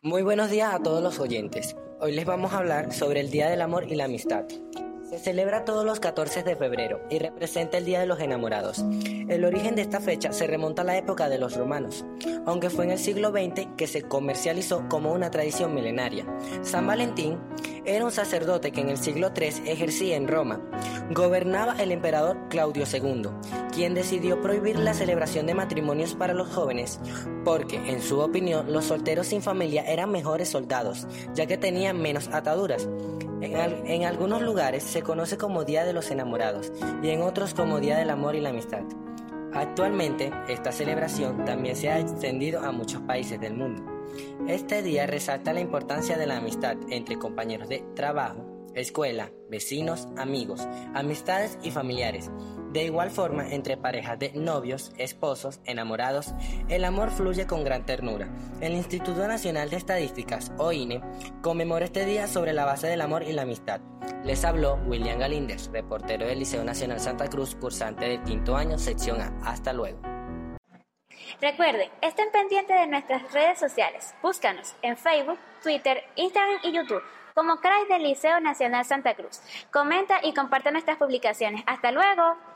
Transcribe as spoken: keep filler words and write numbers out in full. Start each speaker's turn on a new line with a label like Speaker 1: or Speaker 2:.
Speaker 1: Muy buenos días a todos los oyentes. Hoy les vamos a hablar sobre el Día del Amor y la Amistad. Se celebra todos los catorce de febrero y representa el Día de los Enamorados. El origen de esta fecha se remonta a la época de los romanos, aunque fue en el siglo veinte que se comercializó como una tradición milenaria. San Valentín era un sacerdote que en el siglo tercero ejercía en Roma. Gobernaba el emperador Claudio segundo, quien decidió prohibir la celebración de matrimonios para los jóvenes porque, en su opinión, los solteros sin familia eran mejores soldados, ya que tenían menos ataduras. En, al, en algunos lugares se conoce como Día de los Enamorados y en otros como Día del Amor y la Amistad. Actualmente, esta celebración también se ha extendido a muchos países del mundo. Este día resalta la importancia de la amistad entre compañeros de trabajo, escuela, vecinos, amigos, amistades y familiares. De igual forma, entre parejas de novios, esposos, enamorados, el amor fluye con gran ternura. El Instituto Nacional de Estadísticas, o I N E, conmemora este día sobre la base del amor y la amistad. Les habló William Galíndez, reportero del Liceo Nacional Santa Cruz, cursante de quinto año, sección A. Hasta luego.
Speaker 2: Recuerden, estén pendientes de nuestras redes sociales. Búscanos en Facebook, Twitter, Instagram y YouTube como C R A I del Liceo Nacional Santa Cruz. Comenta y comparte nuestras publicaciones. ¡Hasta luego!